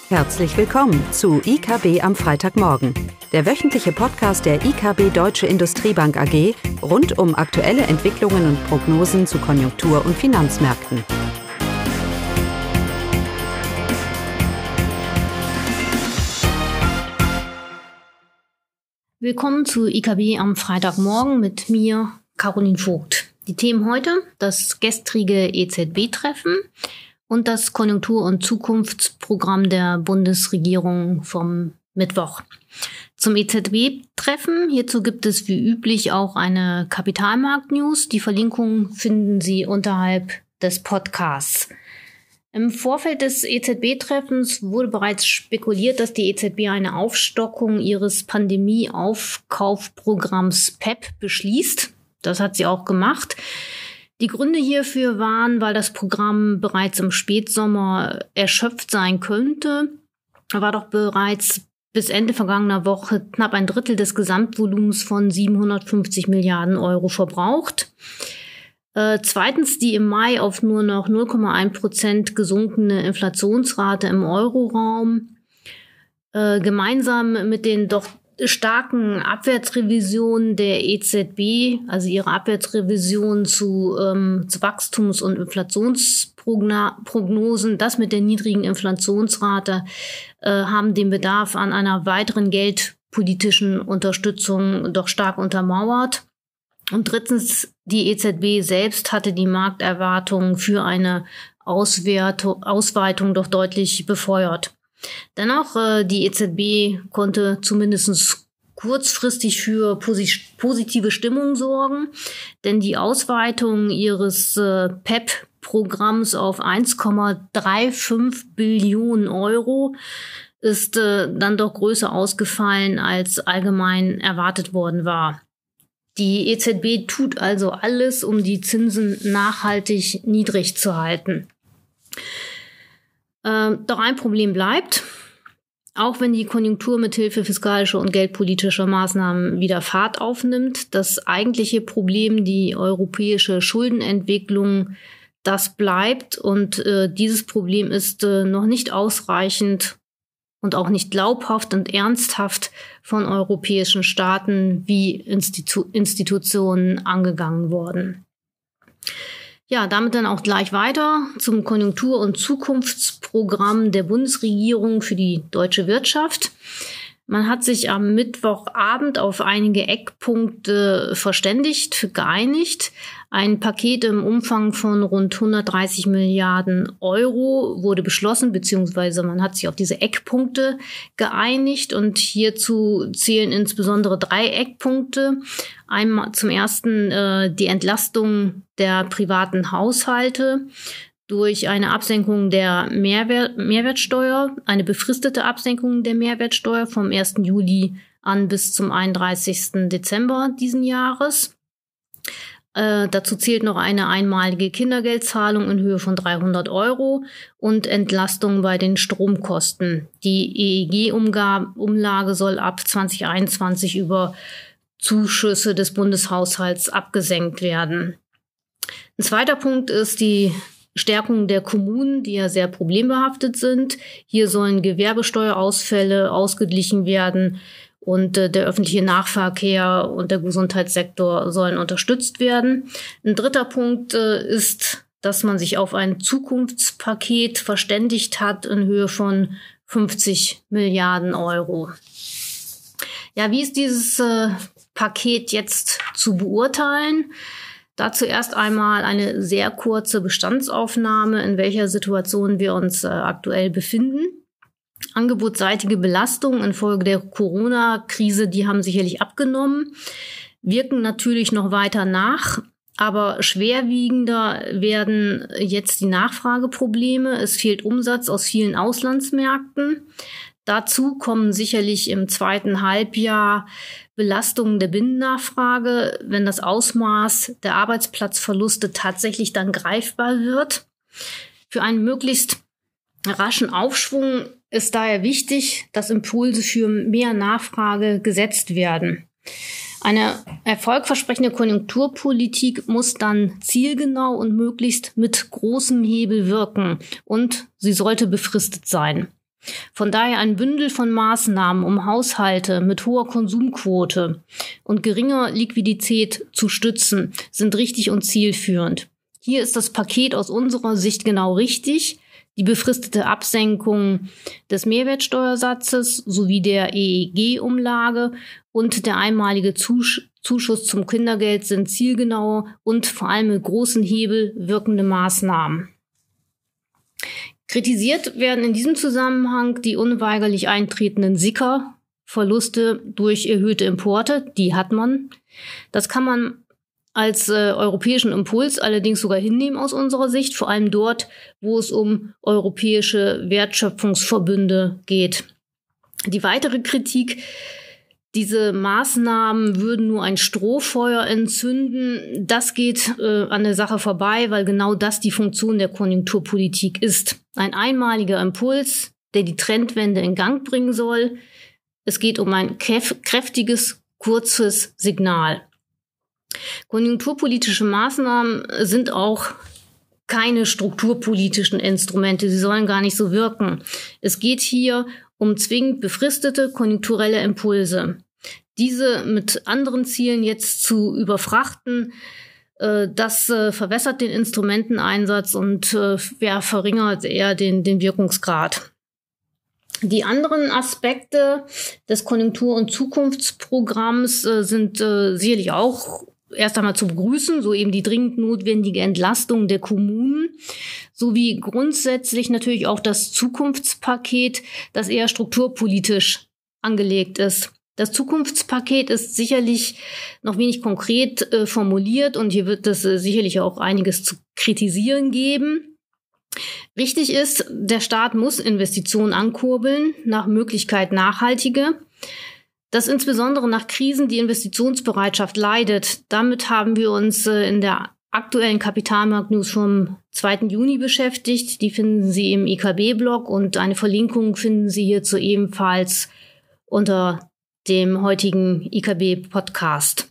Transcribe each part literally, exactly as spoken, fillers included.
Herzlich willkommen zu I K B am Freitagmorgen, der wöchentliche Podcast der I K B Deutsche Industriebank A G rund um aktuelle Entwicklungen und Prognosen zu Konjunktur- und Finanzmärkten. Willkommen zu I K B am Freitagmorgen mit mir, Caroline Vogt. Die Themen heute: das gestrige E Z B-Treffen und das Konjunktur- und Zukunftsprogramm der Bundesregierung vom Mittwoch. Zum E Z B-Treffen, hierzu gibt es wie üblich auch eine Kapitalmarkt-News. Die Verlinkung finden Sie unterhalb des Podcasts. Im Vorfeld des E Z B-Treffens wurde bereits spekuliert, dass die E Z B eine Aufstockung ihres Pandemie-Aufkaufprogramms P E P beschließt. Das hat sie auch gemacht. Die Gründe hierfür waren, weil das Programm bereits im Spätsommer erschöpft sein könnte. Er war doch bereits bis Ende vergangener Woche knapp ein Drittel des Gesamtvolumens von siebenhundertfünfzig Milliarden Euro verbraucht. Äh, zweitens die im Mai auf nur noch null Komma eins Prozent gesunkene Inflationsrate im Euroraum. Äh, gemeinsam mit den doch starken Abwärtsrevisionen der E Z B, also ihre Abwärtsrevision zu, ähm, zu Wachstums- und Inflationsprognosen, das mit der niedrigen Inflationsrate, äh, haben den Bedarf an einer weiteren geldpolitischen Unterstützung doch stark untermauert. Und drittens, die E Z B selbst hatte die Markterwartungen für eine Auswertung, Ausweitung doch deutlich befeuert. Dennoch, äh, die E Z B konnte zumindest kurzfristig für posi- positive Stimmung sorgen, denn die Ausweitung ihres äh, P E P-Programms auf eins Komma fünfunddreißig Billionen Euro ist äh, dann doch größer ausgefallen, als allgemein erwartet worden war. Die E Z B tut also alles, um die Zinsen nachhaltig niedrig zu halten. Äh, doch ein Problem bleibt. Auch wenn die Konjunktur mithilfe fiskalischer und geldpolitischer Maßnahmen wieder Fahrt aufnimmt, das eigentliche Problem, die europäische Schuldenentwicklung, das bleibt. Und äh, dieses Problem ist äh, noch nicht ausreichend und auch nicht glaubhaft und ernsthaft von europäischen Staaten wie Institu- Institutionen angegangen worden. Ja, damit dann auch gleich weiter zum Konjunktur- und Zukunftsprogramm der Bundesregierung für die deutsche Wirtschaft. Man hat sich am Mittwochabend auf einige Eckpunkte verständigt, geeinigt. Ein Paket im Umfang von rund hundertdreißig Milliarden Euro wurde beschlossen, beziehungsweise man hat sich auf diese Eckpunkte geeinigt. Und hierzu zählen insbesondere drei Eckpunkte. Einmal zum ersten äh, die Entlastung der privaten Haushalte durch eine Absenkung der Mehrwert, Mehrwertsteuer, eine befristete Absenkung der Mehrwertsteuer vom ersten Juli an bis zum einunddreißigsten Dezember diesen Jahres. Äh, dazu zählt noch eine einmalige Kindergeldzahlung in Höhe von dreihundert Euro und Entlastung bei den Stromkosten. Die E E G-Umlage soll ab zwanzig einundzwanzig über Zuschüsse des Bundeshaushalts abgesenkt werden. Ein zweiter Punkt ist die Stärkung der Kommunen, die ja sehr problembehaftet sind. Hier sollen Gewerbesteuerausfälle ausgeglichen werden und äh, der öffentliche Nahverkehr und der Gesundheitssektor sollen unterstützt werden. Ein dritter Punkt äh, ist, dass man sich auf ein Zukunftspaket verständigt hat in Höhe von fünfzig Milliarden Euro. Ja, wie ist dieses äh, Paket jetzt zu beurteilen? Dazu erst einmal eine sehr kurze Bestandsaufnahme, in welcher Situation wir uns äh, aktuell befinden. Angebotsseitige Belastungen infolge der Corona-Krise, die haben sicherlich abgenommen, wirken natürlich noch weiter nach, aber schwerwiegender werden jetzt die Nachfrageprobleme. Es fehlt Umsatz aus vielen Auslandsmärkten. Dazu kommen sicherlich im zweiten Halbjahr Belastungen der Binnennachfrage, wenn das Ausmaß der Arbeitsplatzverluste tatsächlich dann greifbar wird. Für einen möglichst raschen Aufschwung ist daher wichtig, dass Impulse für mehr Nachfrage gesetzt werden. Eine erfolgversprechende Konjunkturpolitik muss dann zielgenau und möglichst mit großem Hebel wirken und sie sollte befristet sein. Von daher ein Bündel von Maßnahmen, um Haushalte mit hoher Konsumquote und geringer Liquidität zu stützen, sind richtig und zielführend. Hier ist das Paket aus unserer Sicht genau richtig. Die befristete Absenkung des Mehrwertsteuersatzes sowie der E E G-Umlage und der einmalige Zusch- Zuschuss zum Kindergeld sind zielgenaue und vor allem mit großen Hebel wirkende Maßnahmen. Kritisiert werden in diesem Zusammenhang die unweigerlich eintretenden S I C A-Verluste durch erhöhte Importe. Die hat man. Das kann man als äh, europäischen Impuls allerdings sogar hinnehmen aus unserer Sicht, vor allem dort, wo es um europäische Wertschöpfungsverbünde geht. Die weitere Kritik: Diese Maßnahmen würden nur ein Strohfeuer entzünden. Das geht äh, an der Sache vorbei, weil genau das die Funktion der Konjunkturpolitik ist. Ein einmaliger Impuls, der die Trendwende in Gang bringen soll. Es geht um ein kräf- kräftiges, kurzes Signal. Konjunkturpolitische Maßnahmen sind auch keine strukturpolitischen Instrumente. Sie sollen gar nicht so wirken. Es geht hier um zwingend befristete konjunkturelle Impulse. Diese mit anderen Zielen jetzt zu überfrachten, äh, das äh, verwässert den Instrumenteneinsatz und äh, ja, verringert eher den, den Wirkungsgrad. Die anderen Aspekte des Konjunktur- und Zukunftsprogramms äh, sind äh, sicherlich auch erst einmal zu begrüßen, so eben die dringend notwendige Entlastung der Kommunen, sowie grundsätzlich natürlich auch das Zukunftspaket, das eher strukturpolitisch angelegt ist. Das Zukunftspaket ist sicherlich noch wenig konkret äh, formuliert und hier wird es äh, sicherlich auch einiges zu kritisieren geben. Richtig ist, der Staat muss Investitionen ankurbeln, nach Möglichkeit nachhaltige. Dass insbesondere nach Krisen die Investitionsbereitschaft leidet, damit haben wir uns äh, in der aktuellen Kapitalmarkt-News vom zweiten Juni beschäftigt. Die finden Sie im I K B-Blog und eine Verlinkung finden Sie hierzu ebenfalls unter dem heutigen I K B-Podcast.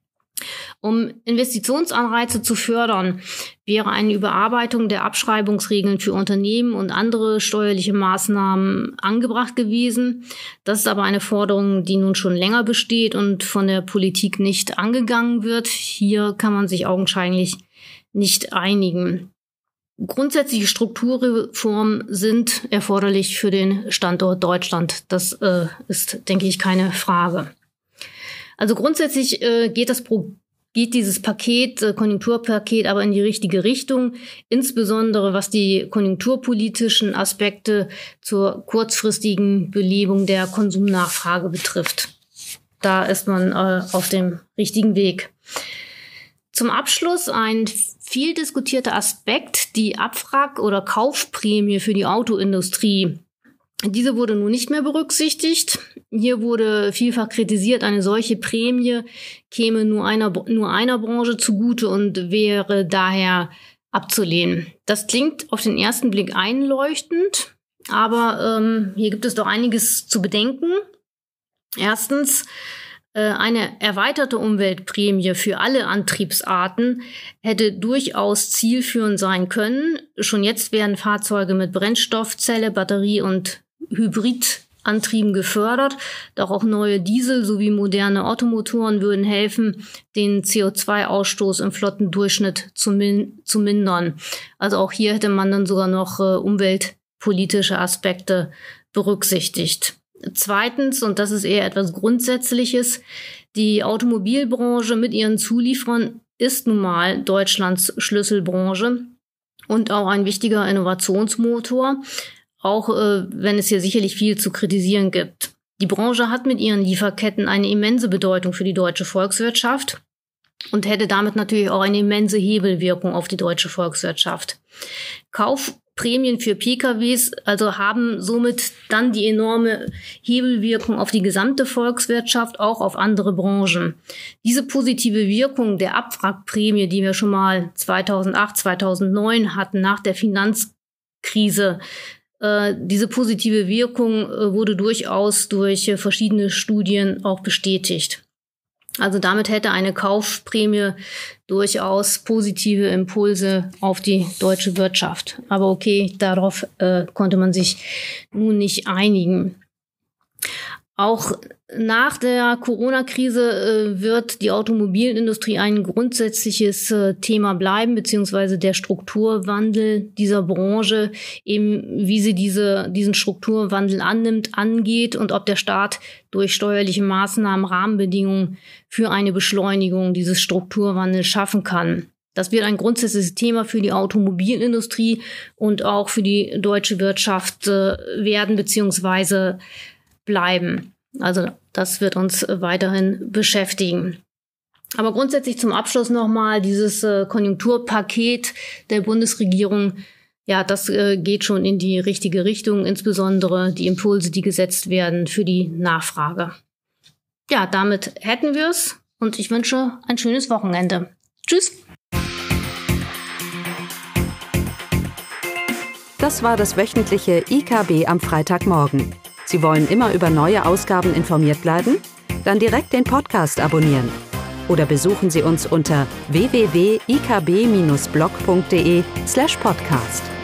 Um Investitionsanreize zu fördern, wäre eine Überarbeitung der Abschreibungsregeln für Unternehmen und andere steuerliche Maßnahmen angebracht gewesen. Das ist aber eine Forderung, die nun schon länger besteht und von der Politik nicht angegangen wird. Hier kann man sich augenscheinlich nicht einigen. Grundsätzliche Strukturreformen sind erforderlich für den Standort Deutschland. Das äh, ist, denke ich, keine Frage. Also grundsätzlich äh, geht das Pro- geht dieses Paket, äh, Konjunkturpaket, aber in die richtige Richtung, insbesondere was die konjunkturpolitischen Aspekte zur kurzfristigen Belebung der Konsumnachfrage betrifft. Da ist man äh, auf dem richtigen Weg. Zum Abschluss ein viel diskutierter Aspekt, die Abwrack- oder Kaufprämie für die Autoindustrie. Diese wurde nun nicht mehr berücksichtigt. Hier wurde vielfach kritisiert, eine solche Prämie käme nur einer, nur einer Branche zugute und wäre daher abzulehnen. Das klingt auf den ersten Blick einleuchtend, aber ähm, hier gibt es doch einiges zu bedenken. Erstens, äh, eine erweiterte Umweltprämie für alle Antriebsarten hätte durchaus zielführend sein können. Schon jetzt werden Fahrzeuge mit Brennstoffzelle, Batterie und Hybridantrieben gefördert. Doch auch neue Diesel sowie moderne Ottomotoren würden helfen, den C O zwei Ausstoß im Flottendurchschnitt zu, min- zu mindern. Also auch hier hätte man dann sogar noch äh, umweltpolitische Aspekte berücksichtigt. Zweitens, und das ist eher etwas Grundsätzliches, die Automobilbranche mit ihren Zulieferern ist nun mal Deutschlands Schlüsselbranche und auch ein wichtiger Innovationsmotor, auch äh, wenn es hier sicherlich viel zu kritisieren gibt. Die Branche hat mit ihren Lieferketten eine immense Bedeutung für die deutsche Volkswirtschaft und hätte damit natürlich auch eine immense Hebelwirkung auf die deutsche Volkswirtschaft. Kaufprämien für P K Ws also haben somit dann die enorme Hebelwirkung auf die gesamte Volkswirtschaft, auch auf andere Branchen. Diese positive Wirkung der Abwrackprämie, die wir schon mal zweitausendacht, zweitausendneun hatten, nach der Finanzkrise, äh, diese positive Wirkung äh, wurde durchaus durch äh, verschiedene Studien auch bestätigt. Also damit hätte eine Kaufprämie durchaus positive Impulse auf die deutsche Wirtschaft. Aber okay, darauf äh, konnte man sich nun nicht einigen. Auch nach der Corona-Krise äh, wird die Automobilindustrie ein grundsätzliches äh, Thema bleiben, beziehungsweise der Strukturwandel dieser Branche, eben wie sie diese, diesen Strukturwandel annimmt, angeht und ob der Staat durch steuerliche Maßnahmen Rahmenbedingungen für eine Beschleunigung dieses Strukturwandels schaffen kann. Das wird ein grundsätzliches Thema für die Automobilindustrie und auch für die deutsche Wirtschaft äh, werden, beziehungsweise bleiben. Also das wird uns weiterhin beschäftigen. Aber grundsätzlich zum Abschluss nochmal dieses äh, Konjunkturpaket der Bundesregierung. Ja, das äh, geht schon in die richtige Richtung, insbesondere die Impulse, die gesetzt werden für die Nachfrage. Ja, damit hätten wir es und ich wünsche ein schönes Wochenende. Tschüss! Das war das wöchentliche I K B am Freitagmorgen. Sie wollen immer über neue Ausgaben informiert bleiben? Dann direkt den Podcast abonnieren. Oder besuchen Sie uns unter w w w punkt i k b bindestrich blog punkt de slash podcast.